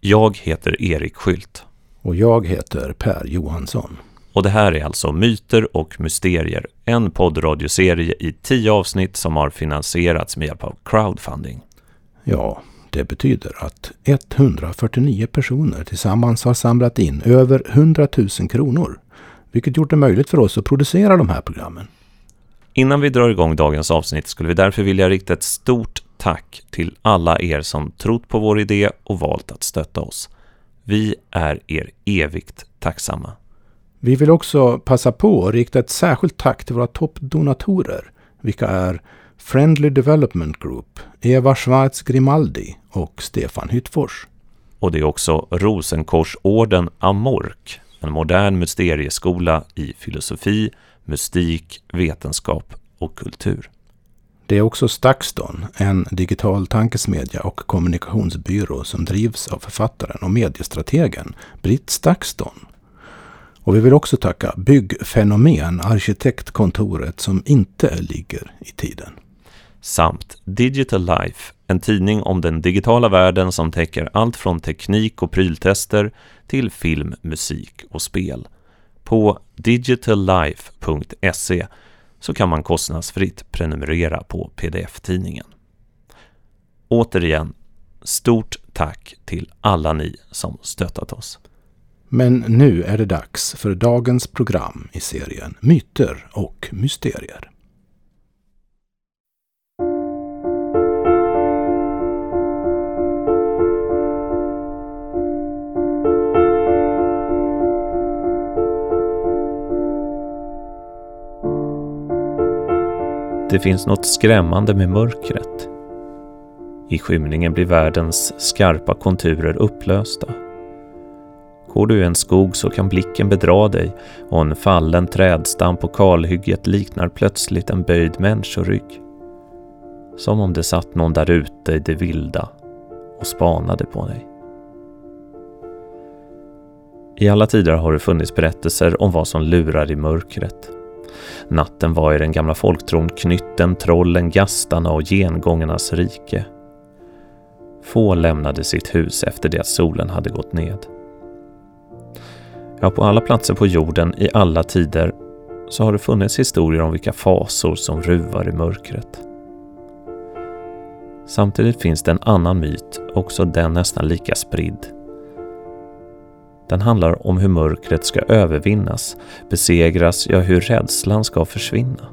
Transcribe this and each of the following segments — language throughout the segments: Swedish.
Jag heter Erik Skylt. Och jag heter Per Johansson. Och det här är alltså Myter och mysterier, en poddradioserie i 10 avsnitt som har finansierats med hjälp av crowdfunding. Ja, det betyder att 149 personer tillsammans har samlat in över 100 000 kronor, vilket gjort det möjligt för oss att producera de här programmen. Innan vi drar igång dagens avsnitt skulle vi därför vilja rikta ett stort tack till alla er som trott på vår idé och valt att stötta oss. Vi är er evigt tacksamma. Vi vill också passa på att rikta ett särskilt tack till våra toppdonatorer, vilka är Friendly Development Group, Eva Schwarz Grimaldi och Stefan Hyttfors. Och det är också Rosenkorsorden Amork, en modern mysterieskola i filosofi, mystik, vetenskap och kultur. Det är också Stakston, en digital tankesmedja och kommunikationsbyrå som drivs av författaren och mediestrategen Britt Stakston. Och vi vill också tacka Byggfenomen, arkitektkontoret som inte ligger i tiden. Samt Digital Life, en tidning om den digitala världen som täcker allt från teknik och pryltester till film, musik och spel. På digitallife.se så kan man kostnadsfritt prenumerera på pdf-tidningen. Återigen, stort tack till alla ni som stöttat oss. Men nu är det dags för dagens program i serien Myter och mysterier. Det finns något skrämmande med mörkret. I skymningen blir världens skarpa konturer upplösta. Går du i en skog så kan blicken bedra dig och en fallen trädstam på kalhygget liknar plötsligt en böjd människorygg. Som om det satt någon där ute i det vilda och spanade på dig. I alla tider har det funnits berättelser om vad som lurar i mörkret. Natten var i den gamla folktron knytten, trollen, gastarna och gengångarnas rike. Få lämnade sitt hus efter det att solen hade gått ned. Ja, på alla platser på jorden i alla tider så har det funnits historier om vilka fasor som ruvar i mörkret. Samtidigt finns det en annan myt, också den nästan lika spridd. Den handlar om hur mörkret ska övervinnas, besegras, ja hur rädslan ska försvinna.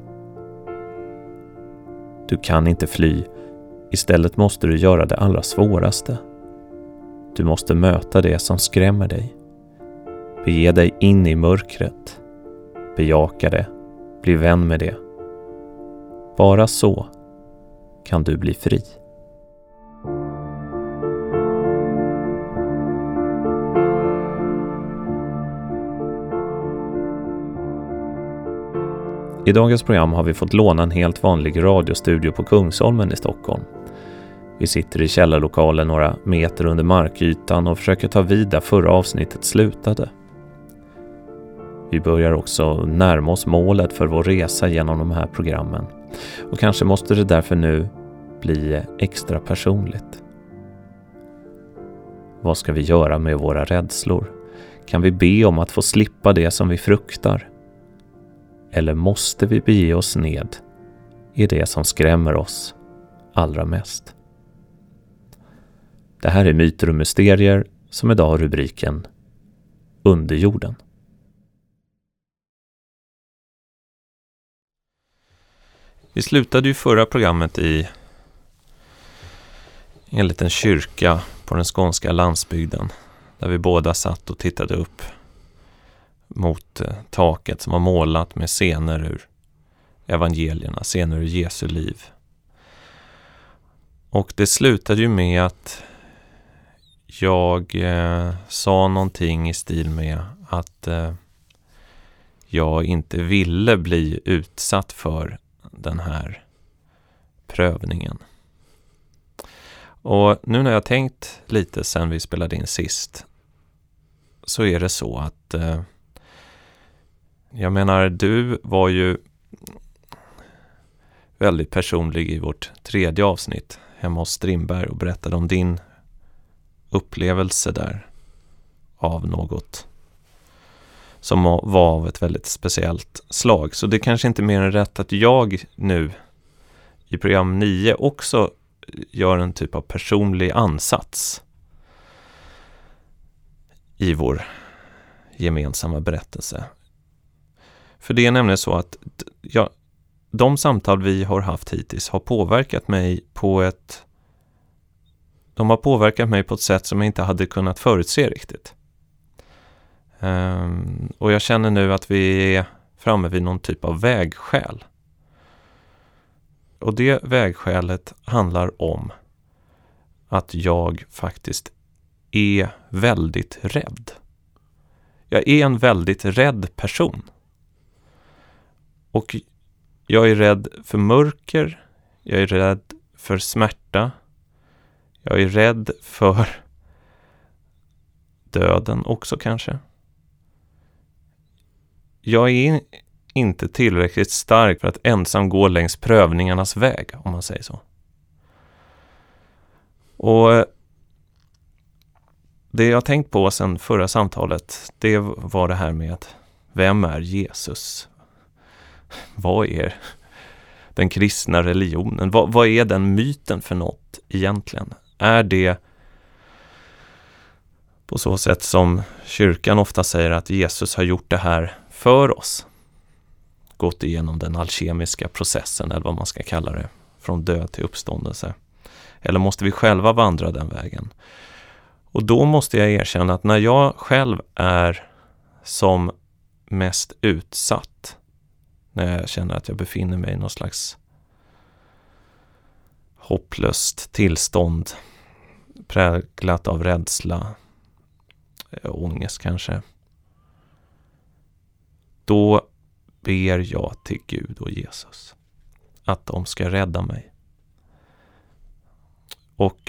Du kan inte fly, istället måste du göra det allra svåraste. Du måste möta det som skrämmer dig. Bege dig in i mörkret. Bejaka det, bli vän med det. Bara så kan du bli fri. I dagens program har vi fått låna en helt vanlig radiostudio på Kungsholmen i Stockholm. Vi sitter i källarlokalen några meter under markytan och försöker ta vid där förra avsnittet slutade. Vi börjar också närma oss målet för vår resa genom de här programmen. Och kanske måste det därför nu bli extra personligt. Vad ska vi göra med våra rädslor? Kan vi be om att få slippa det som vi fruktar? Eller måste vi bege oss ned i det som skrämmer oss allra mest? Det här är Myter och mysterier som idag har rubriken Underjorden. Vi slutade ju förra programmet i en liten kyrka på den skånska landsbygden där vi båda satt och tittade upp mot taket som var målat med scener ur evangelierna, scener ur Jesu liv. Och det slutade ju med att jag sa någonting i stil med att jag inte ville bli utsatt för den här prövningen. Och nu när jag tänkt lite sen vi spelade in sist så är det så att jag menar, du var ju väldigt personlig i vårt 3:e avsnitt hemma hos Strindberg och berättade om din upplevelse där av något som var av ett väldigt speciellt slag. Så det kanske inte är mer än rätt att jag nu i program 9 också gör en typ av personlig ansats i vår gemensamma berättelse. För det är nämligen så att de samtal vi har haft hittills har påverkat mig på ett sätt som jag inte hade kunnat förutse riktigt. Och jag känner nu att vi är framme vid någon typ av vägskäl. Och det vägskälet handlar om att jag faktiskt är väldigt rädd. Jag är en väldigt rädd person. Och jag är rädd för mörker. Jag är rädd för smärta. Jag är rädd för döden också kanske. Jag är inte tillräckligt stark för att ensam gå längs prövningarnas väg, om man säger så. Och det jag tänkt på sedan förra samtalet, det var det här med att vem är Jesus? Vad är den kristna religionen? Vad är den myten för något egentligen? Är det på så sätt som kyrkan ofta säger att Jesus har gjort det här för oss? Gått igenom den alkemiska processen eller vad man ska kalla det, från död till uppståndelse. Eller måste vi själva vandra den vägen? Och då måste jag erkänna att när jag själv är som mest utsatt, när jag känner att jag befinner mig i någon slags hopplöst tillstånd, präglat av rädsla, ångest kanske, då ber jag till Gud och Jesus att de ska rädda mig. Och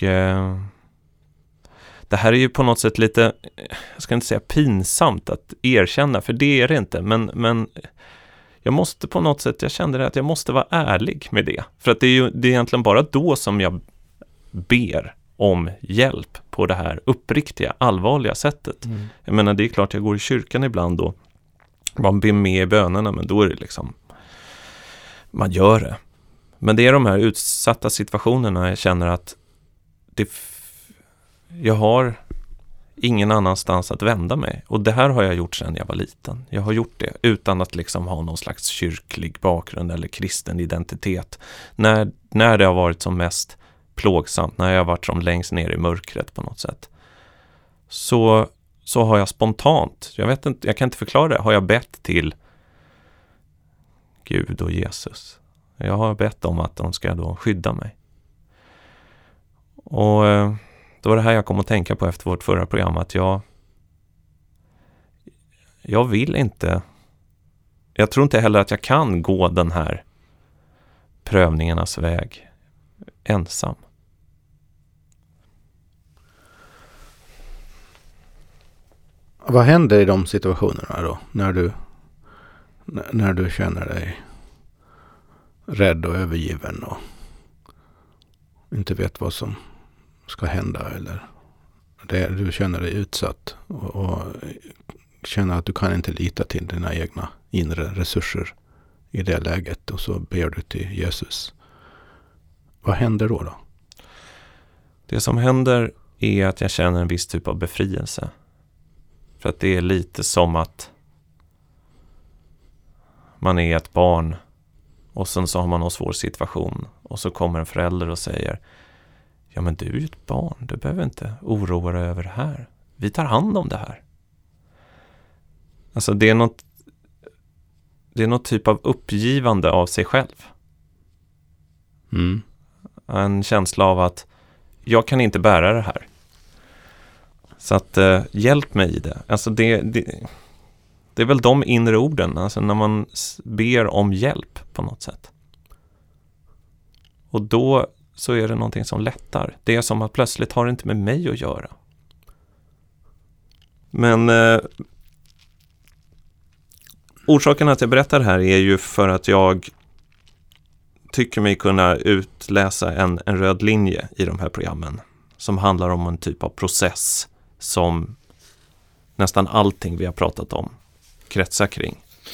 det här är ju på något sätt lite, jag ska inte säga pinsamt att erkänna, för det är det inte, men jag måste på något sätt, jag kände det att jag måste vara ärlig med det. För att det är egentligen bara då som jag ber om hjälp på det här uppriktiga, allvarliga sättet. Jag menar, det är klart jag går i kyrkan ibland och man ber med i bönerna, men då är det liksom, man gör det. Men det är de här utsatta situationerna jag känner att jag har ingen annanstans att vända mig. Och det här har jag gjort sedan jag var liten. Jag har gjort det utan att liksom ha någon slags kyrklig bakgrund eller kristen identitet. När det har varit som mest plågsamt, när jag har varit som längst ner i mörkret på något sätt, så har jag spontant, jag kan inte förklara det, har jag bett till Gud och Jesus. Jag har bett om att de ska då skydda mig. Och då var det här jag kom att tänka på efter vårt förra program, att jag vill inte, jag tror inte heller att jag kan gå den här prövningarnas väg ensam. Vad händer i de situationerna då? När du känner dig rädd och övergiven och inte vet vad som ska hända, eller du känner dig utsatt och känner att du kan inte lita till dina egna inre resurser i det läget, och så ber du till Jesus. Vad händer då? Det som händer är att jag känner en viss typ av befrielse. För att det är lite som att man är ett barn och sen så har man en svår situation och så kommer en förälder och säger: ja, men du är ju ett barn, du behöver inte oroa dig över det här. Vi tar hand om det här. Alltså det är något typ av uppgivande av sig själv. En känsla av att jag kan inte bära det här. Så att hjälp mig i det. Alltså det är väl de inre orden, alltså när man ber om hjälp på något sätt. Och då så är det någonting som lättar. Det är som att plötsligt har det inte med mig att göra. Men orsaken att jag berättar det här är ju för att jag tycker mig kunna utläsa en röd linje i de här programmen. som handlar om en typ av process som nästan allting vi har pratat om kretsar kring.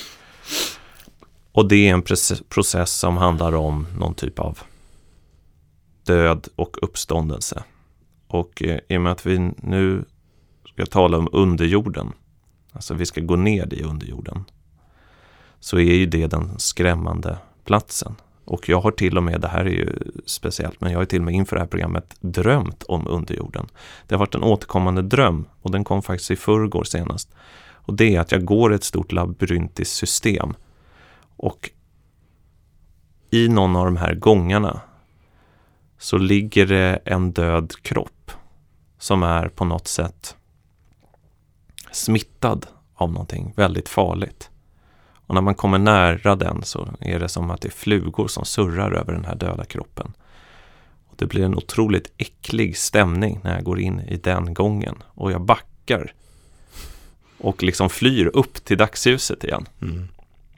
Och det är en process som handlar om någon typ av död och uppståndelse. Och i och med att vi nu ska tala om underjorden, alltså vi ska gå ner i underjorden, så är ju det den skrämmande platsen. Och jag har till och med, det här är ju speciellt, men jag har till och med inför det här programmet drömt om underjorden. Det har varit en återkommande dröm, och den kom faktiskt i förrgår senast. Och det är att jag går ett stort labyrintiskt system. Och i någon av de här gångarna så ligger det en död kropp som är på något sätt smittad av någonting väldigt farligt. Och när man kommer nära den så är det som att det är flugor som surrar över den här döda kroppen. Och det blir en otroligt äcklig stämning när jag går in i den gången. Och jag backar och liksom flyr upp till dagsljuset igen. Mm.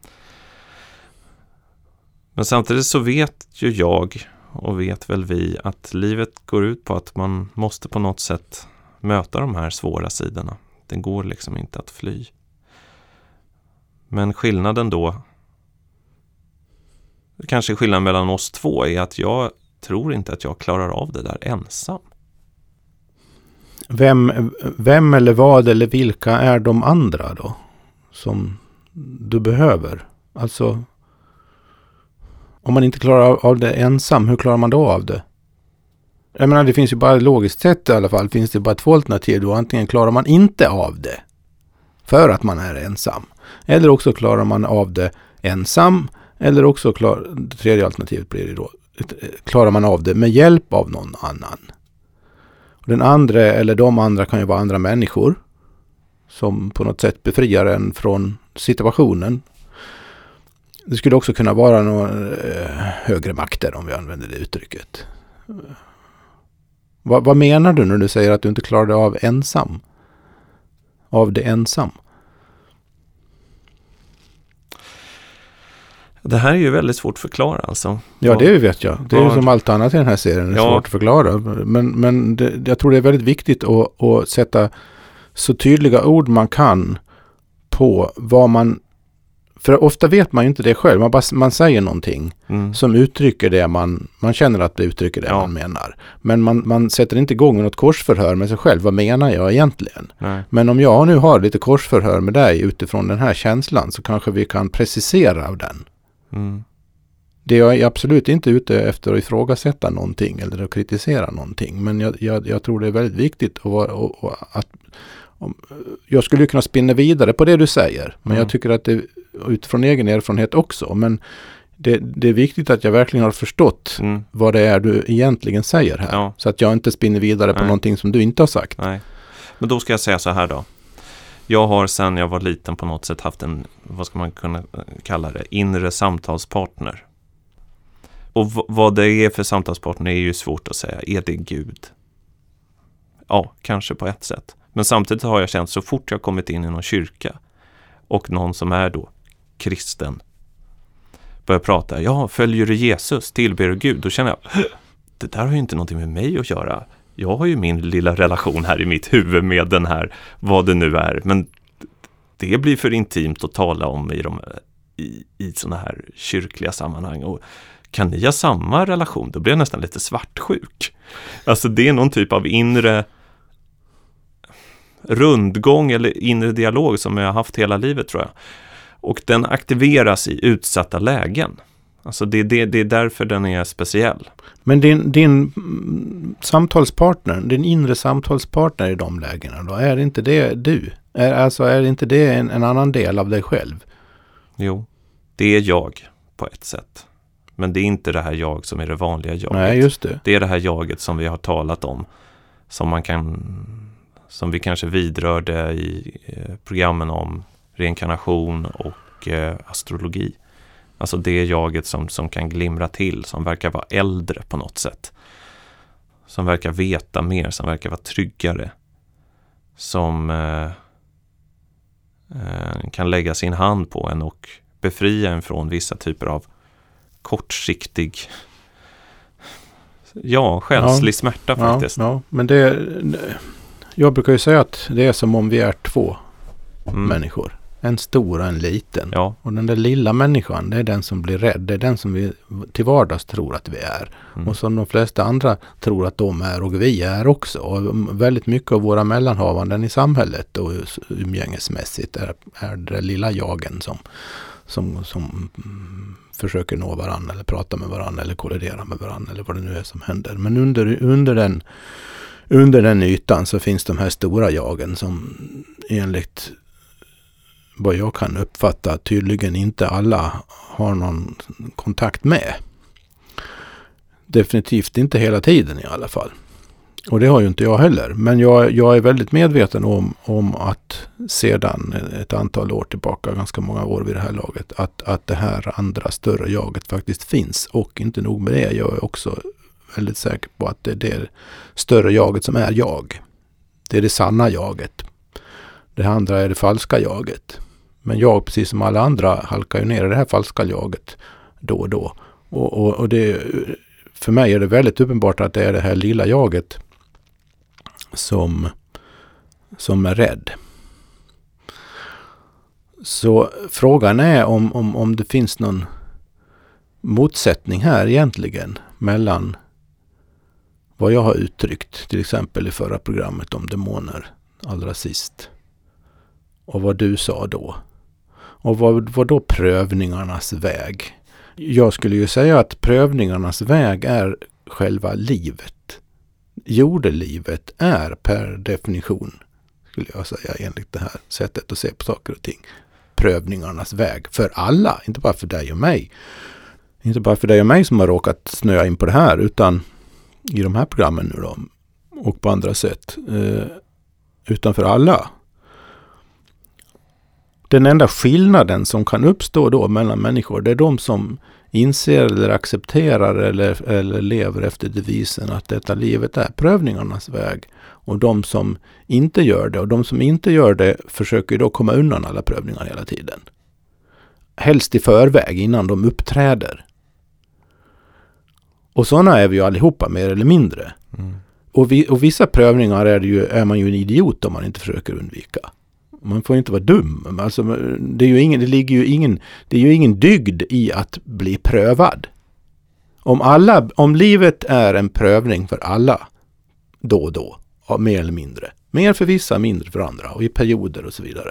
Men samtidigt så vet ju jag, och vet väl vi, att livet går ut på att man måste på något sätt möta de här svåra sidorna. Det går liksom inte att fly. Men skillnaden då, kanske skillnaden mellan oss två, är att jag tror inte att jag klarar av det där ensam. Vem eller vad eller vilka är de andra då som du behöver? Alltså, om man inte klarar av det ensam, hur klarar man då av det? Jag menar, det finns ju bara logiskt sett i alla fall, finns det bara två alternativ då. Antingen klarar man inte av det för att man är ensam. Eller också klarar man av det ensam. Eller också det tredje alternativet blir det då. Klarar man av det med hjälp av någon annan. Den andra eller de andra kan ju vara andra människor som på något sätt befriar en från situationen. Det skulle också kunna vara några högre makter, om vi använder det uttrycket. Vad menar du när du säger att du inte klarade av ensam? Av det ensam? Det här är ju väldigt svårt att förklara alltså. Ja, det vet jag. Det är ju som allt annat i den här serien. Det är svårt att förklara. Men jag tror det är väldigt viktigt att sätta så tydliga ord man kan på vad man... För ofta vet man ju inte det själv. Man säger någonting som uttrycker det man känner att det uttrycker det man menar. Men man sätter inte igång något korsförhör med sig själv. Vad menar jag egentligen? Nej. Men om jag nu har lite korsförhör med dig utifrån den här känslan, så kanske vi kan precisera av den. Mm. Det jag är absolut inte ute efter att ifrågasätta någonting eller att kritisera någonting. Men jag tror det är väldigt viktigt att jag skulle kunna spinna vidare på det du säger. Men jag tycker att det utifrån egen erfarenhet också. Men det är viktigt att jag verkligen har förstått vad det är du egentligen säger här. Ja. Så att jag inte spinner vidare på någonting som du inte har sagt. Nej. Men då ska jag säga så här då. Jag har sedan jag var liten på något sätt haft en, vad ska man kunna kalla det, inre samtalspartner. Och vad det är för samtalspartner är ju svårt att säga. Är det Gud? Ja, kanske på ett sätt. Men samtidigt har jag känt så fort jag kommit in i någon kyrka och någon som är då kristen börjar prata, ja, följer du Jesus, tillber du Gud, då känner jag, det där har ju inte någonting med mig att göra. Jag har ju min lilla relation här i mitt huvud med den här, vad det nu är, men det blir för intimt att tala om i såna här kyrkliga sammanhang. Och kan ni ha samma relation, då blir jag nästan lite svartsjuk. Alltså det är någon typ av inre rundgång eller inre dialog som jag har haft hela livet, tror jag. Och den aktiveras i utsatta lägen. Alltså det är därför den är speciell. Men din samtalspartner, din inre samtalspartner i de lägena då, är inte det du? Är inte det en annan del av dig själv? Jo, det är jag på ett sätt. Men det är inte det här jag som är det vanliga jaget. Nej, just det. Det är det här jaget som vi har talat om, som vi kanske vidrörde i programmen om reinkarnation och astrologi. Alltså det jaget som kan glimra till, som verkar vara äldre på något sätt. Som verkar veta mer, som verkar vara tryggare. Som kan lägga sin hand på en och befria en från vissa typer av kortsiktig själslig smärta faktiskt. Ja, men jag brukar ju säga att det är som om vi är två människor. En stor och en liten. Ja. Och den där lilla människan, det är den som blir rädd. Det är den som vi till vardags tror att vi är. Och som de flesta andra tror att de är och vi är också. Och väldigt mycket av våra mellanhavanden i samhället och umgängesmässigt är det lilla jagen som försöker nå varandra eller prata med varandra eller kollidera med varandra eller vad det nu är som händer. Men under den ytan så finns de här stora jagen som enligt vad jag kan uppfatta tydligen inte alla har någon kontakt med. Definitivt inte hela tiden i alla fall. Och det har ju inte jag heller. Men jag är väldigt medveten om att sedan ett antal år tillbaka, ganska många år vid det här laget, att det här andra större jaget faktiskt finns. Och inte nog med det, jag är också väldigt säker på att det är det större jaget som är jag. Det är det sanna jaget. Det andra är det falska jaget. Men jag, precis som alla andra, halkar ju ner i det här falska jaget då och då. Och det, för mig är det väldigt uppenbart att det är det här lilla jaget som är rädd. Så frågan är om det finns någon motsättning här egentligen mellan vad jag har uttryckt, till exempel i förra programmet om demoner allra sist, och vad du sa då. Och vad då prövningarnas väg? Jag skulle ju säga att prövningarna väg är själva livet. Jordelivet är per definition, skulle jag säga, enligt det här sättet att se på saker och ting, prövningarnas väg för alla, inte bara för dig och mig. Inte bara för dig och mig som har råkat snöa in på det här, utan i de här programmen nu då, och på andra sätt, utan för alla. Den enda skillnaden som kan uppstå då mellan människor, det är de som inser eller accepterar eller lever efter devisen att detta livet är prövningarnas väg, och de som inte gör det. Och de som inte gör det försöker då komma undan alla prövningar hela tiden. Helst i förväg, innan de uppträder. Och sådana är vi ju allihopa, mer eller mindre. Och vissa prövningar är man ju en idiot om man inte försöker undvika. Man får inte vara dum. Alltså, det är ju ingen dygd i att bli prövad. Om livet är en prövning för alla då och då, mer eller mindre. Mer för vissa, mindre för andra, och i perioder och så vidare.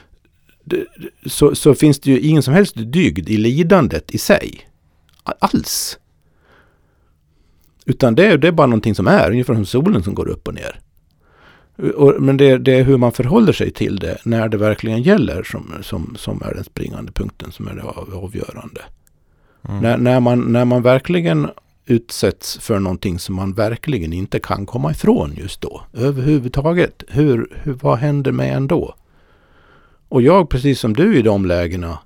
Så finns det ju ingen som helst dygd i lidandet i sig. Alls. Utan det är bara någonting som är, ungefär som solen som går upp och ner. Men det är hur man förhåller sig till det när det verkligen gäller som är den springande punkten, som är det avgörande. När man verkligen utsätts för någonting som man verkligen inte kan komma ifrån just då. Överhuvudtaget. Vad händer med en då? Och jag, precis som du i de lägena,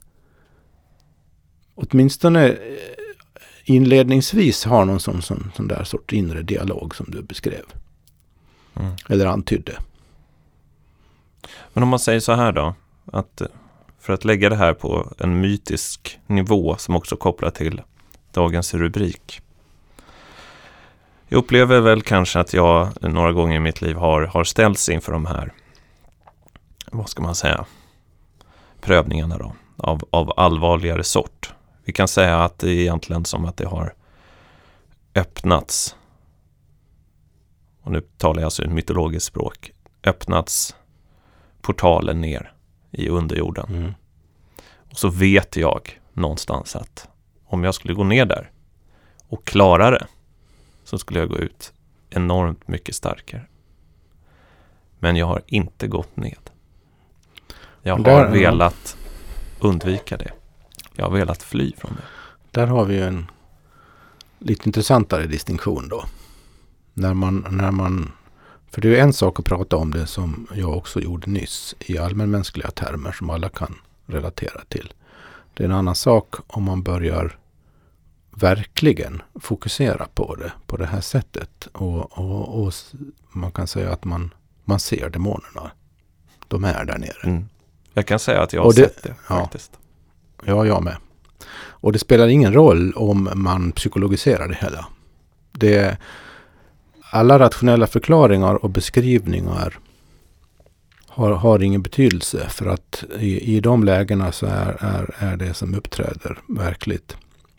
åtminstone inledningsvis har någon sån där sorts inre dialog som du beskrev. Eller antydde. Men om man säger så här då, att för att lägga det här på en mytisk nivå som också kopplar till dagens rubrik. Jag upplever väl kanske att jag några gånger i mitt liv har ställts inför de här, vad ska man säga, prövningarna då, av allvarligare sort. Vi kan säga att det är egentligen som att det har öppnats, och nu talar jag alltså i mytologiskt språk, öppnats portalen ner i underjorden. Och så vet jag någonstans att om jag skulle gå ner där och klara det, så skulle jag gå ut enormt mycket starkare. Men jag har inte gått ned. Jag har velat undvika det. Jag har velat fly från det. Där har vi ju en lite intressantare distinktion då. När man, för det är ju en sak att prata om det som jag också gjorde nyss i allmänmänskliga termer som alla kan relatera till. Det är en annan sak om man börjar verkligen fokusera på det här sättet, och man kan säga att man ser demonerna. De är där nere. Jag kan säga att jag har sett det faktiskt. Ja, jag med. Och det spelar ingen roll om man psykologiserar det hela. alla rationella förklaringar och beskrivningar har ingen betydelse, för att i de lägena så är det som uppträder verkligt.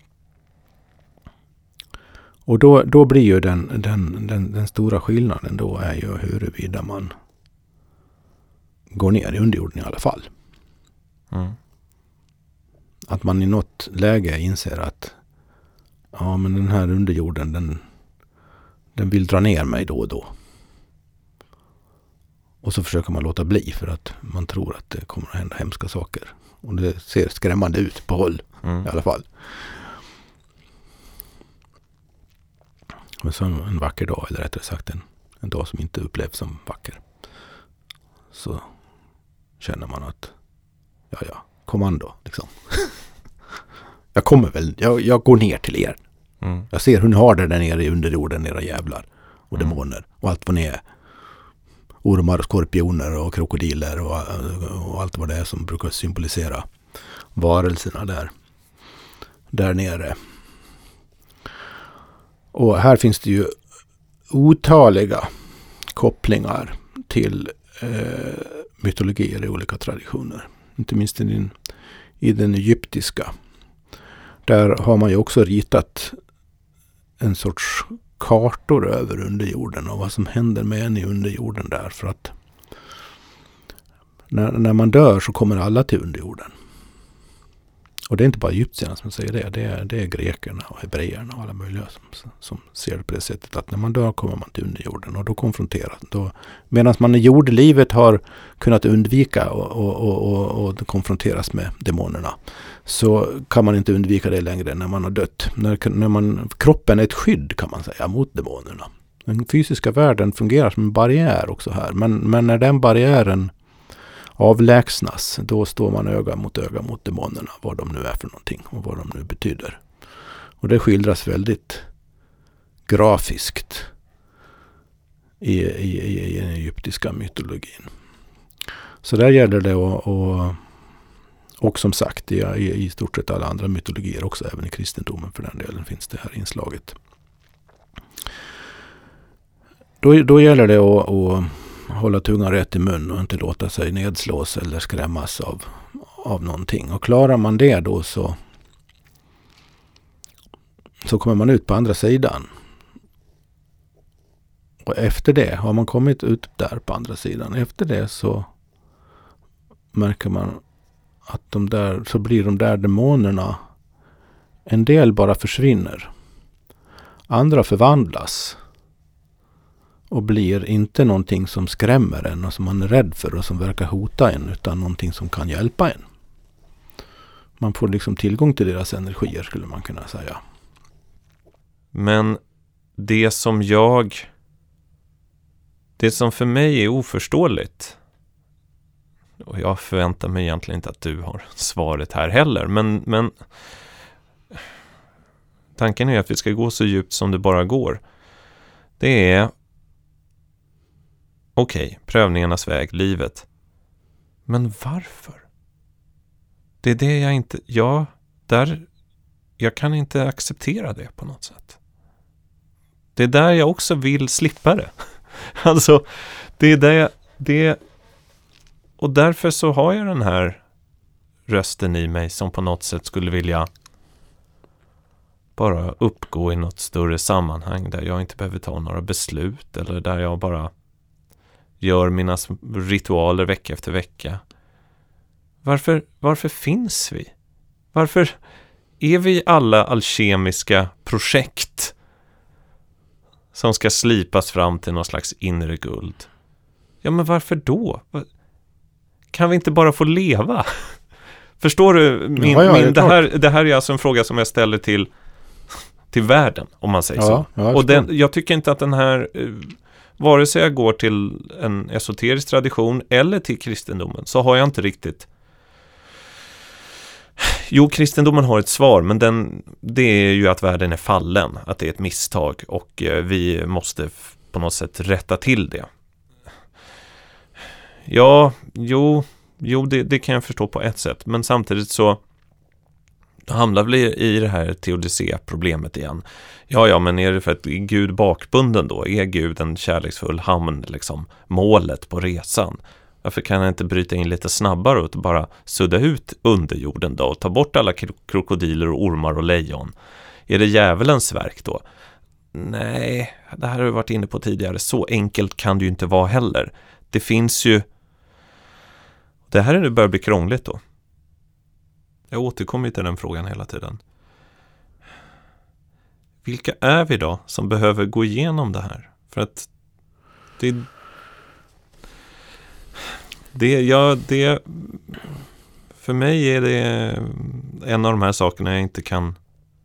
Och då blir ju den stora skillnaden då är ju huruvida man går ner i underjorden i alla fall. Mm. Att man i något läge inser att ja, men den här underjorden den vill dra ner mig då och då. Och så försöker man låta bli för att man tror att det kommer att hända hemska saker. Och det ser skrämmande ut på håll i alla fall. Men så en vacker dag, eller rättare sagt en dag som inte upplevs som vacker, så känner man att ja, kommando liksom. Jag kommer väl, jag går ner till er. Jag ser hur ni har det där nere i underjorden, era jävlar och demoner och allt vad ni är. Ormar, skorpioner och krokodiler och allt vad det är som brukar symbolisera varelserna där nere. Och här finns det ju otaliga kopplingar till mytologier i olika traditioner. Inte minst i den egyptiska. Där har man ju också ritat en sorts kartor över underjorden och vad som händer med en i underjorden där. För att när man dör så kommer alla till underjorden. Och det är inte bara egyptierna som säger det. Det är grekerna och hebreerna och alla möjliga som ser det på det sättet. Att när man dör kommer man till underjorden och då konfronteras. Medan man i jordelivet har kunnat undvika och konfronteras med demonerna, så kan man inte undvika det längre när man har dött. Kroppen är ett skydd, kan man säga, mot demonerna. Den fysiska världen fungerar som en barriär också här. Men när den barriären avlägsnas, då står man öga mot demonerna, vad de nu är för någonting och vad de nu betyder. Och det skildras väldigt grafiskt i den egyptiska mytologin. Så där gäller det och som sagt i stort sett alla andra mytologier också, även i kristendomen för den delen, finns det här inslaget. Då gäller det att hålla tungan rätt i mun och inte låta sig nedslås eller skrämmas av någonting. Och klarar man det då så kommer man ut på andra sidan. Och efter det, har man kommit ut där på andra sidan, efter det så märker man att så blir de där demonerna, en del bara försvinner. Andra förvandlas. Och blir inte någonting som skrämmer en och som man är rädd för och som verkar hota en, utan någonting som kan hjälpa en. Man får liksom tillgång till deras energier, skulle man kunna säga. Men det som för mig är oförståeligt, och jag förväntar mig egentligen inte att du har svaret här heller, men tanken är att vi ska gå så djupt som det bara går. Det är okej, prövningarnas väg, livet. Men varför? Det är det jag inte... jag kan inte acceptera det på något sätt. Det är där jag också vill slippa det. Alltså, det är där och därför så har jag den här rösten i mig som på något sätt skulle vilja bara uppgå i något större sammanhang där jag inte behöver ta några beslut, eller där jag bara gör mina ritualer vecka efter vecka. Varför finns vi? Varför är vi alla alkemiska projekt som ska slipas fram till någon slags inre guld? Ja, men varför då? Kan vi inte bara få leva? Förstår du? Det här är alltså en fråga som jag ställer till världen, om man säger så. Och jag tycker inte att den här... vare sig jag går till en esoterisk tradition eller till kristendomen, så har jag inte riktigt... Jo, kristendomen har ett svar, men det är ju att världen är fallen, att det är ett misstag och vi måste på något sätt rätta till det. Ja, det kan jag förstå på ett sätt, men samtidigt så hamnar vi i det här teodicé-problemet igen. Ja, men är det för att är Gud bakbunden då? Är Gud en kärleksfull hamn, liksom målet på resan? Varför kan han inte bryta in lite snabbare och bara sudda ut underjorden då och ta bort alla krokodiler och ormar och lejon? Är det djävulens verk då? Nej, det här har vi varit inne på tidigare. Så enkelt kan det ju inte vara heller. Det finns ju... Det här är nu börjar bli krångligt då. Jag återkommer till den frågan hela tiden. Vilka är vi då som behöver gå igenom det här? För att för mig är det en av de här sakerna jag inte kan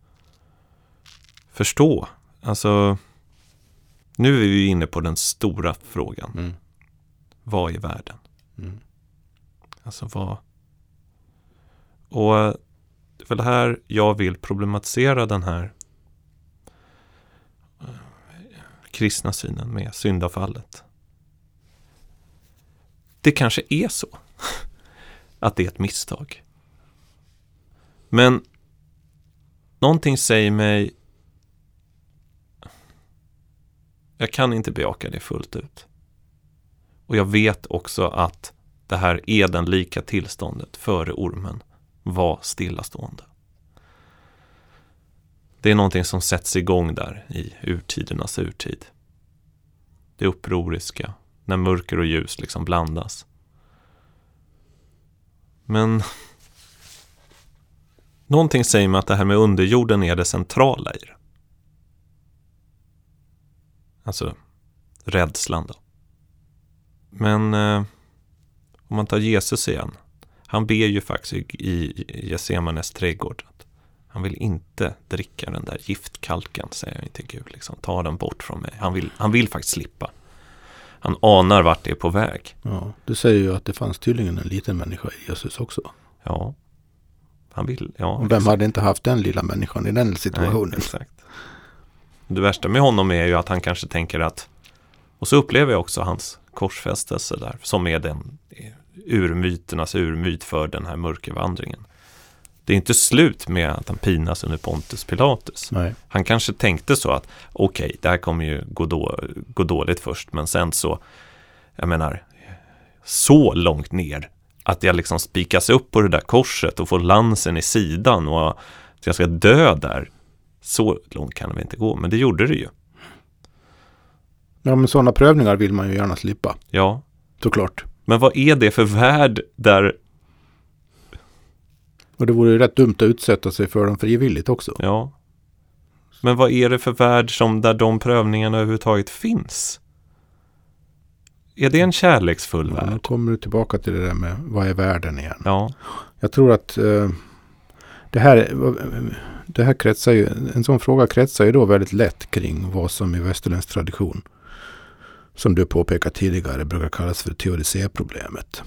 förstå. Alltså, nu är vi inne på den stora frågan. Mm. Vad är världen? Mm. Alltså vad... Och för det här jag vill problematisera den här kristna synen med syndafallet. Det kanske är så att det är ett misstag. Men någonting säger mig jag kan inte bejaka det fullt ut. Och jag vet också att det här är den lika tillståndet före ormen var stillastående. Det är någonting som sätts igång där i urtidernas urtid. Det upproriska, när mörker och ljus liksom blandas. Men någonting säger mig att det här med underjorden är det centrala i det. Alltså rädslan då. Men om man tar Jesus igen. Han ber ju faktiskt i Getsemanes trädgård att han vill inte dricka den där giftkalken, säger han till Gud. Liksom, ta den bort från mig. Han vill faktiskt slippa. Han anar vart det är på väg. Ja, du säger ju att det fanns tydligen en liten människa i Jesus också. Ja, han vill. Ja, och vem hade inte haft den lilla människan i den situationen? Nej, exakt. Det värsta med honom är ju att han kanske tänker att, och så upplever jag också hans korsfästelse där, som är den urmyternas urmyt för den här mörkervandringen. Det är inte slut med att han pinas under Pontus Pilatus. Nej. Han kanske tänkte så att okej, det här kommer ju gå dåligt först, men sen så, jag menar, så långt ner att jag liksom spikas upp på det där korset och får lansen i sidan och att jag ska dö där. Så långt kan det inte gå, men det gjorde det ju. Ja, men sådana prövningar vill man ju gärna slippa. Ja. Såklart. Men vad är det för värld där... Och det vore ju rätt dumt att utsätta sig för dem frivilligt också. Ja. Men vad är det för värld som där de prövningarna överhuvudtaget finns? Är det en kärleksfull värld? Nu kommer du tillbaka till det där med vad är världen igen. Ja. Jag tror att det här kretsar ju, en sån fråga kretsar ju då väldigt lätt kring vad som i västerländsk tradition, som du påpekat tidigare, brukar kallas för teodicéproblemet.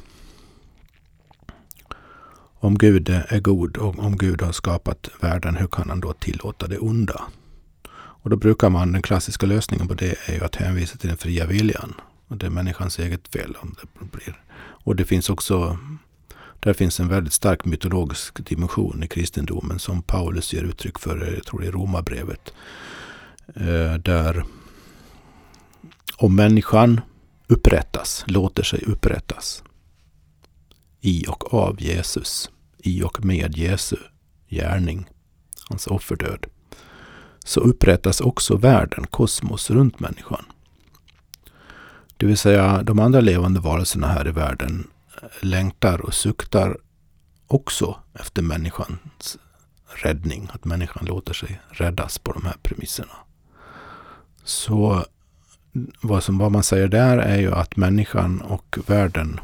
Om Gud är god och om Gud har skapat världen, hur kan han då tillåta det onda? Och då brukar man, den klassiska lösningen på det är ju att hänvisa till den fria viljan. Och det är människans eget fel om det blir. Och det finns också, där finns en väldigt stark mytologisk dimension i kristendomen som Paulus ger uttryck för, jag tror det är Romarbrevet. Där om människan upprättas, låter sig upprättas i och av Jesus, i och med Jesu gärning, hans offerdöd, så upprättas också världen, kosmos runt människan. Det vill säga de andra levande varelserna här i världen längtar och suktar också efter människans räddning, att människan låter sig räddas på de här premisserna. Så vad man säger där är ju att människan och världen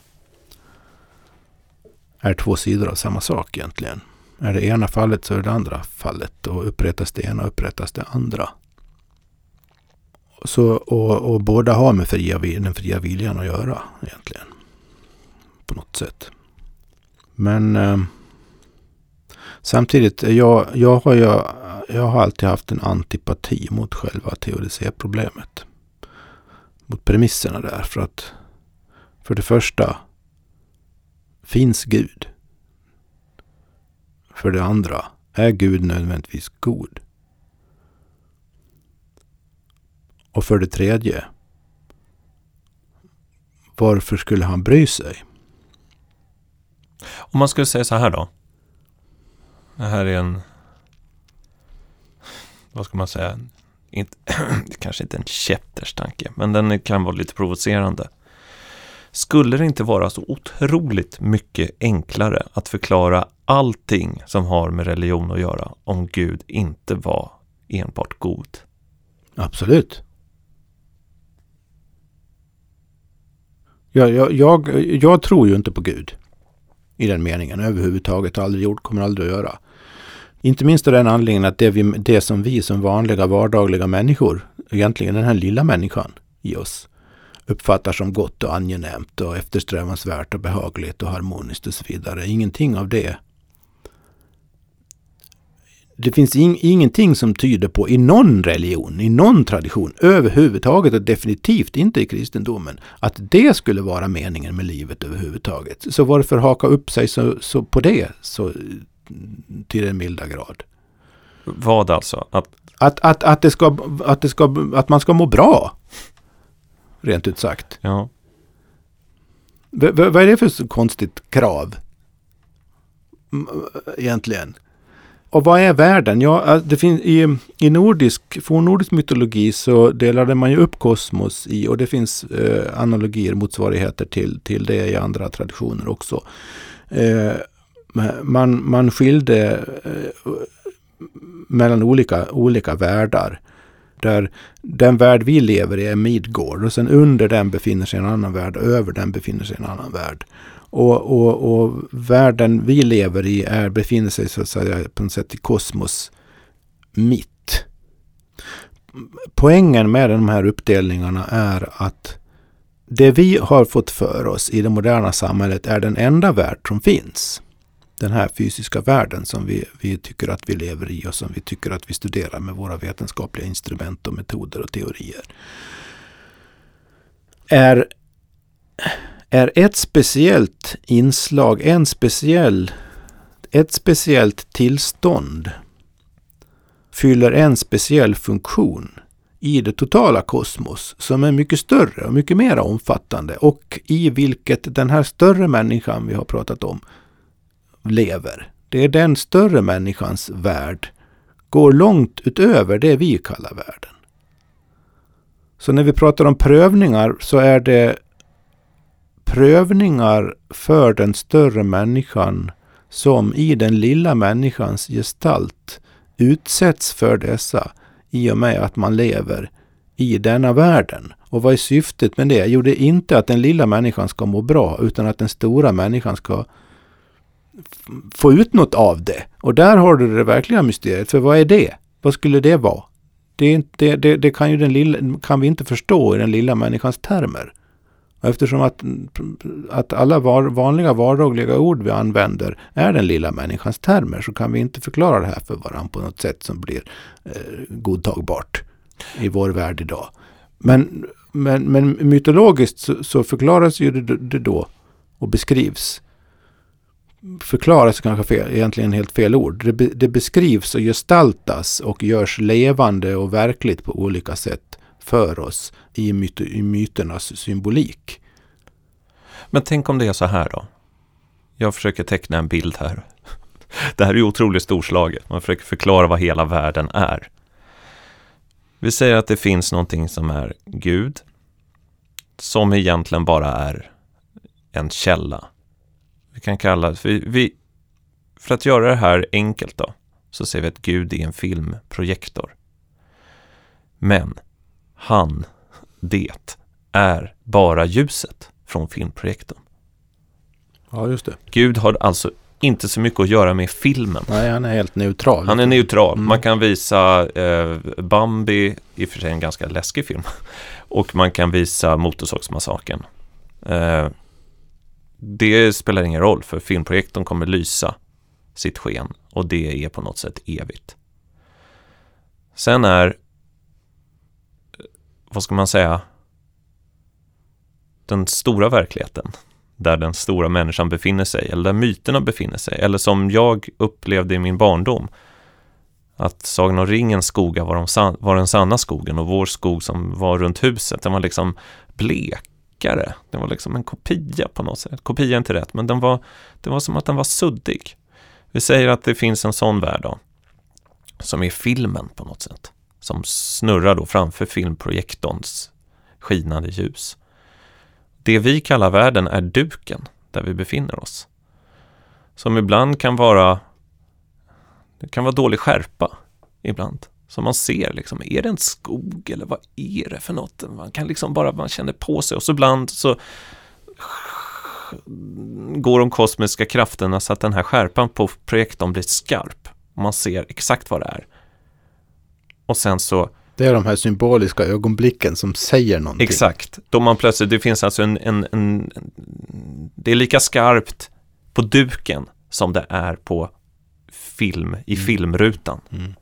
är två sidor av samma sak egentligen. Är det ena fallet så är det andra fallet, och upprättas det ena upprättas det andra. Så, och båda har med den fria viljan att göra egentligen. På något sätt. Men samtidigt, jag har alltid haft en antipati mot själva teodicéproblemet. Mot premisserna där. För att för det första finns Gud. För det andra, är Gud nödvändigtvis god? Och för det tredje, varför skulle han bry sig? Om man skulle säga så här då. Det här är en, vad ska man säga, kanske inte en käpterstanke, men den kan vara lite provocerande. Skulle det inte vara så otroligt mycket enklare att förklara allting som har med religion att göra om Gud inte var enbart god? Absolut. Jag tror ju inte på Gud i den meningen överhuvudtaget. Aldrig gjort, kommer aldrig att göra. Inte minst av den anledningen att det som vi som vanliga vardagliga människor, egentligen den här lilla människan i oss, uppfattar som gott och angenämt och eftersträvansvärt och behagligt och harmoniskt och så vidare. Ingenting av det. Det finns ingenting som tyder på i någon religion, i någon tradition överhuvudtaget och definitivt inte i kristendomen att det skulle vara meningen med livet överhuvudtaget. Så varför haka upp sig så på det så till en milda grad? Vad alltså? Att man ska må bra. Rent ut sagt. Ja. Vad är det för konstigt krav? Egentligen. Och vad är världen? Ja, det finns i fornnordisk mytologi så delade man ju upp kosmos i, och det finns analogier, motsvarigheter till det i andra traditioner också. Man skilde mellan olika världar. Där den värld vi lever i är Midgård och sen under den befinner sig en annan värld och över den befinner sig en annan värld. Och världen vi lever i befinner sig så att säga på något sätt i kosmos mitt. Poängen med de här uppdelningarna är att det vi har fått för oss i det moderna samhället är den enda värld som finns. Den här fysiska världen som vi tycker att vi lever i och som vi tycker att vi studerar med våra vetenskapliga instrument och metoder och teorier. Är ett speciellt inslag, ett speciellt tillstånd fyller en speciell funktion i det totala kosmos som är mycket större och mycket mer omfattande och i vilket den här större människan vi har pratat om lever. Det är den större människans värld går långt utöver det vi kallar världen. Så när vi pratar om prövningar så är det prövningar för den större människan som i den lilla människans gestalt utsätts för dessa i och med att man lever i denna världen. Och vad är syftet med det? Jo, det är inte att den lilla människan ska må bra utan att den stora människan ska få ut något av det. Och där har du det verkliga mysteriet. För vad är det? Vad skulle det vara? Det kan ju kan vi inte förstå i den lilla människans termer. Eftersom att alla vanliga vardagliga ord vi använder är den lilla människans termer så kan vi inte förklara det här för varandra på något sätt som blir godtagbart i vår värld idag. Men mytologiskt så förklaras ju det då och beskrivs. Förklaras kanske egentligen helt fel ord. Det beskrivs och gestaltas och görs levande och verkligt på olika sätt för oss i myternas symbolik. Men tänk om det är så här då. Jag försöker teckna en bild här. Det här är ju otroligt storslaget. Man försöker förklara vad hela världen är. Vi säger att det finns någonting som är Gud. Som egentligen bara är en källa. Vi kan kalla för att göra det här enkelt då. Så ser vi att Gud är en filmprojektor. Men det är bara ljuset från filmprojektorn. Ja, just det. Gud har alltså inte så mycket att göra med filmen. Nej, han är helt neutral. Han är neutral. Man kan visa Bambi, i och för sig en ganska läskig film. Och man kan visa Motorsågsmassakern. Det spelar ingen roll för filmprojektorn kommer lysa sitt sken. Och det är på något sätt evigt. Sen är, vad ska man säga, den stora verkligheten, där den stora människan befinner sig, eller där myterna befinner sig, eller som jag upplevde i min barndom, att Sagan om ringens skogar var den sanna skogen, och vår skog som var runt huset, den var liksom blekare. Den var liksom en kopia på något sätt. Kopia är inte rätt, men det var som att den var suddig. Vi säger att det finns en sån värld då, som är filmen på något sätt, som snurrar då framför filmprojektorns skinande ljus. Det vi kallar världen är duken där vi befinner oss. Som ibland kan vara dålig skärpa ibland. Som man ser liksom, är det en skog eller vad är det för något? Man kan liksom man känner på sig, och så ibland så går de kosmiska krafterna så att den här skärpan på projektorn blir skarp. Och man ser exakt vad det är. Och sen så... Det är de här symboliska ögonblicken som säger någonting. Exakt. Då man plötsligt, det finns alltså det är lika skarpt på duken som det är på film, i filmrutan. Mm.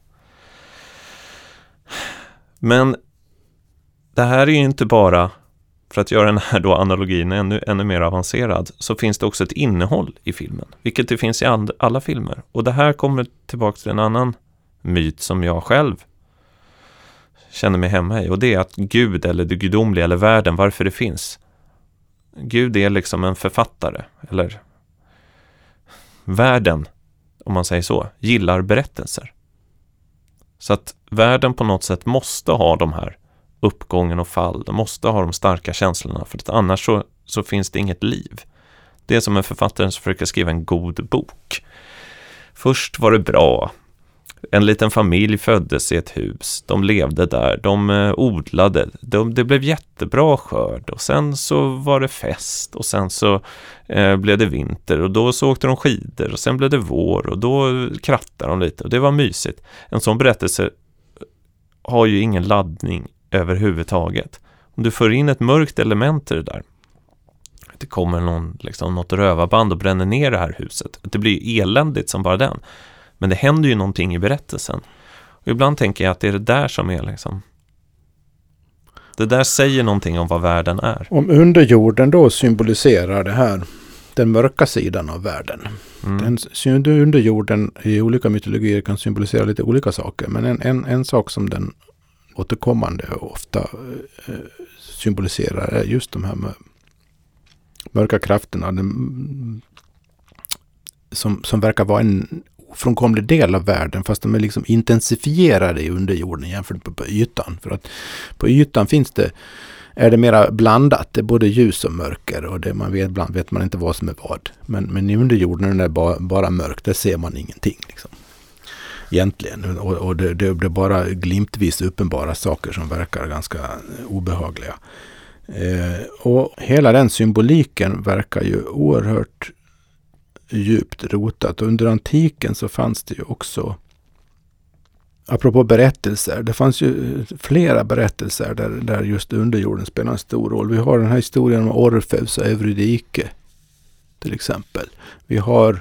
Men det här är ju inte bara, för att göra den här då analogin ännu mer avancerad, så finns det också ett innehåll i filmen, vilket det finns i alla filmer. Och det här kommer tillbaka till en annan myt som jag själv känner mig hemma i, och det är att Gud eller det gudomliga eller världen, varför det finns. Gud är liksom en författare, eller världen, om man säger så, gillar berättelser. Så att världen på något sätt måste ha de här uppgången och fall. De måste ha de starka känslorna, för att annars så finns det inget liv. Det är som en författare som försöker skriva en god bok. Först var det bra. En liten familj föddes i ett hus. De levde där. De odlade. Det blev jättebra skörd. Och sen så var det fest. Och sen så blev det vinter. Och då så åkte de skidor. Och sen blev det vår. Och då krattade de lite. Och det var mysigt. En sån berättelse har ju ingen laddning överhuvudtaget. Om du för in ett mörkt element i det där. Det kommer något rövarband och bränner ner det här huset. Det blir eländigt som bara den. Men det händer ju någonting i berättelsen. Och ibland tänker jag att det är det där som är liksom... Det där säger någonting om vad världen är. Om underjorden då symboliserar det här, den mörka sidan av världen. Den underjorden i olika mytologier kan symbolisera lite olika saker. Men en sak som den återkommande och ofta symboliserar är just de här mörka krafterna. Som verkar vara en ofrånkomlig del av världen, fast de är liksom intensifierade i underjorden jämfört med på ytan. För att på ytan är det mera blandat. Det är både ljus och mörker, och det ibland vet man inte vad som är vad. Men i underjorden är det bara mörkt, där ser man ingenting liksom. Egentligen. Och det är bara glimtvis uppenbara saker som verkar ganska obehagliga. Och hela den symboliken verkar ju oerhört djupt rotat. Under antiken så fanns det ju också, apropå berättelser, det fanns ju flera berättelser där just underjorden spelar en stor roll. Vi har den här historien om Orfeus och Eurydike till exempel. Vi har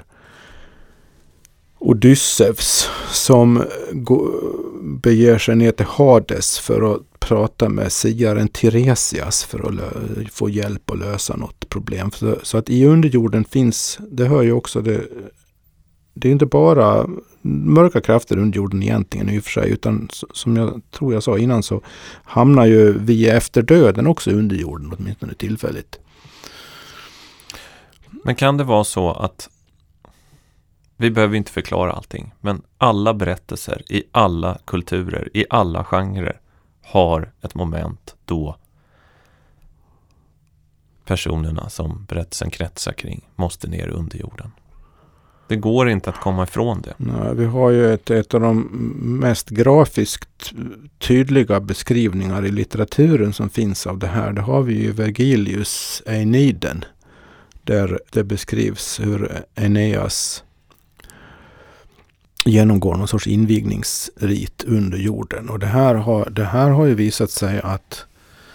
Odysseus som beger sig ner till Hades för att prata med siaren Tiresias för att få hjälp att lösa något problem. Så att i underjorden finns, det hör ju också, det är inte bara mörka krafter under jorden egentligen i och för sig, utan som jag tror jag sa innan, så hamnar ju vi efter döden också under jorden, åtminstone tillfälligt. Men kan det vara så att vi behöver inte förklara allting, men alla berättelser i alla kulturer, i alla genrer har ett moment då personerna som berättelsen kretsar kring måste ner under jorden. Det går inte att komma ifrån det. Nej, vi har ju ett av de mest grafiskt tydliga beskrivningar i litteraturen som finns av det här. Det har vi ju Vergilius Aeneiden, där det beskrivs hur Aeneas genomgår någon sorts invigningsrit under jorden. Och det här har ju visat sig att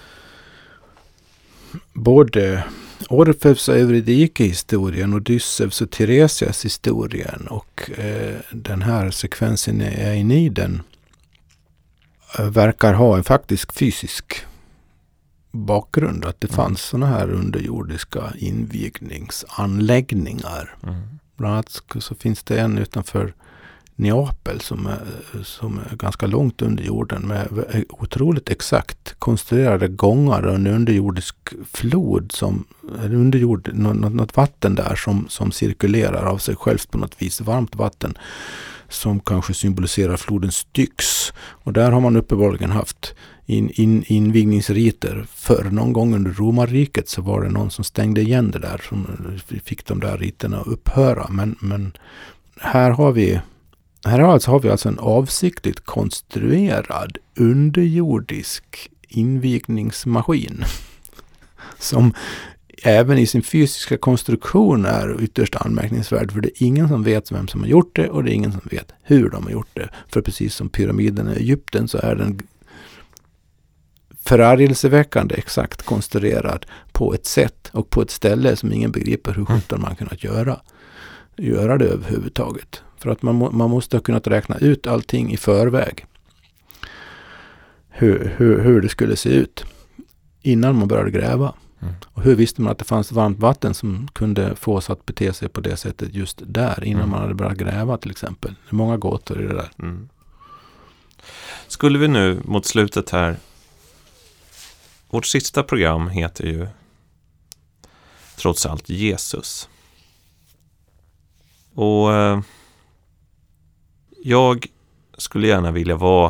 både Orfeus och Eurydike-historien, Odysseus och Tiresias-historien och den här sekvensen i Aeneiden verkar ha en faktisk fysisk bakgrund att det fanns såna här underjordiska invigningsanläggningar. Bland annat så finns det en utanför Neapel som är ganska långt under jorden med otroligt exakt konstruerade gångar och en underjordisk flod något vatten där som cirkulerar av sig självt på något vis, varmt vatten som kanske symboliserar floden Styx. Och där har man uppenbarligen haft invigningsriter. För någon gång under romarriket så var det någon som stängde igen det där, som fick de där riterna att upphöra. Men här har vi alltså en avsiktligt konstruerad underjordisk invigningsmaskin som även i sin fysiska konstruktion är ytterst anmärkningsvärd, för det är ingen som vet vem som har gjort det och det är ingen som vet hur de har gjort det. För precis som pyramiden i Egypten så är den förargelseväckande exakt konstruerad på ett sätt och på ett ställe som ingen begriper hur sjutton man kunnat göra det överhuvudtaget. För att man måste ha kunnat räkna ut allting i förväg. Hur det skulle se ut innan man började gräva. Och hur visste man att det fanns varmt vatten som kunde få oss att bete sig på det sättet just där innan man hade börjat gräva till exempel. Det är många gåtor i det där. Skulle vi nu mot slutet här, vårt sista program heter ju trots allt Jesus. Och jag skulle gärna vilja vara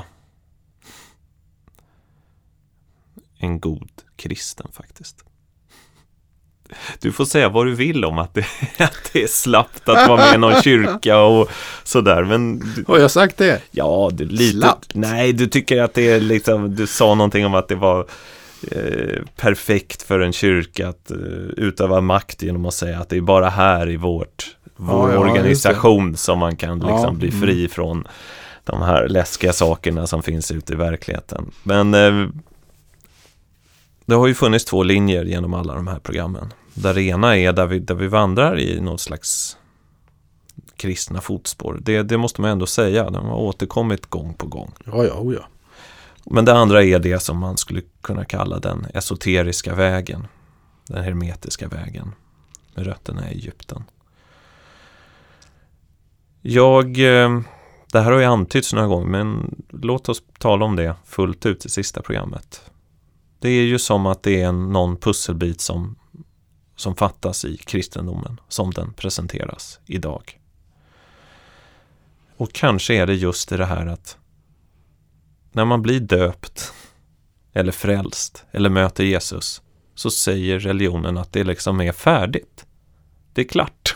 en god kristen faktiskt. Du får säga vad du vill om att det är slappt att vara med i någon kyrka och sådär. Men har jag sagt det? Ja, lite. Slappt. Nej, du tycker att det är liksom, du sa någonting om att det var perfekt för en kyrka att utöva makt genom att säga att det är bara här i vår organisation som man kan liksom bli fri från de här läskiga sakerna som finns ute i verkligheten. Men det har ju funnits två linjer genom alla de här programmen. Där det ena är där vi vandrar i något slags kristna fotspår. Det måste man ändå säga. De har återkommit gång på gång. Ja. Men det andra är det som man skulle kunna kalla den esoteriska vägen. Den hermetiska vägen. Med rötterna i Egypten. Det här har ju antytts några gånger, men låt oss tala om det fullt ut i sista programmet. Det är ju som att det är någon pusselbit som fattas i kristendomen, som den presenteras idag. Och kanske är det just det här att när man blir döpt eller frälst eller möter Jesus, så säger religionen att det liksom är färdigt. Det är klart.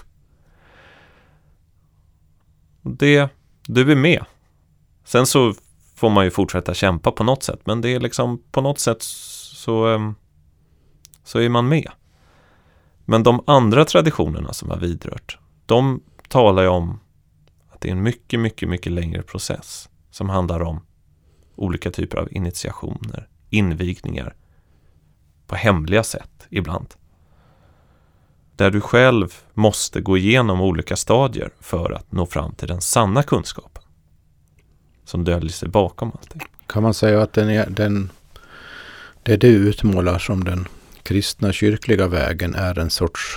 Du är med. Sen så får man ju fortsätta kämpa på något sätt, men det är liksom på något sätt så är man med. Men de andra traditionerna som har vidrört, de talar ju om att det är en mycket, mycket, mycket längre process som handlar om olika typer av initiationer, invigningar på hemliga sätt ibland. Där du själv måste gå igenom olika stadier för att nå fram till den sanna kunskapen som döljer sig bakom allting. Kan man säga att det du utmålar som den kristna kyrkliga vägen är en sorts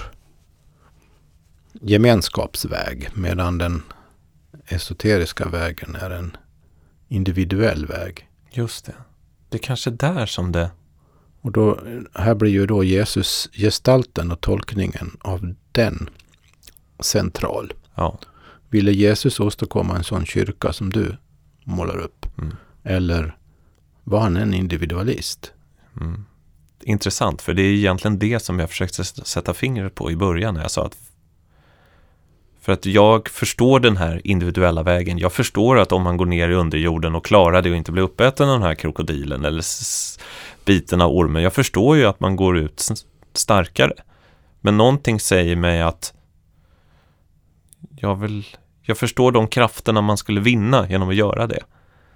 gemenskapsväg, medan den esoteriska vägen är en individuell väg? Just det. Det är kanske där som det... Och då, här blir ju då Jesus gestalten och tolkningen av den central. Ja. Ville Jesus åstadkomma en sån kyrka som du målar upp? Eller var han en individualist? Intressant, för det är egentligen det som jag försökte sätta fingret på i början när jag sa att för att jag förstår den här individuella vägen. Jag förstår att om man går ner i underjorden och klarar det och inte blir uppäten av den här krokodilen eller biten av ormen. Jag förstår ju att man går ut starkare. Men någonting säger mig att jag förstår de krafterna man skulle vinna genom att göra det.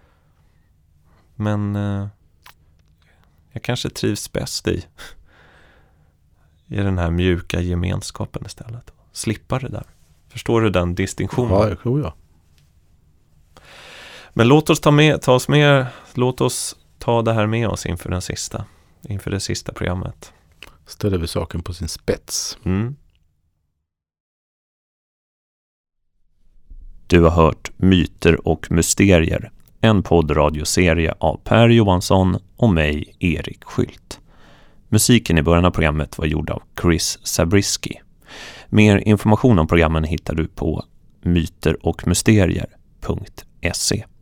Men jag kanske trivs bäst i den här mjuka gemenskapen istället. Slippa det där. Förstår du den distinktionen? Ja, jag tror jag. Men låt oss ta det här med oss inför den sista. inför det sista programmet. Ställer vi saken på sin spets. Du har hört Myter och mysterier, en poddradioserie av Per Johansson och mig, Erik Skylt. Musiken i början av programmet var gjord av Chris Zabriskie. Mer information om programmen hittar du på myterochmysterier.se.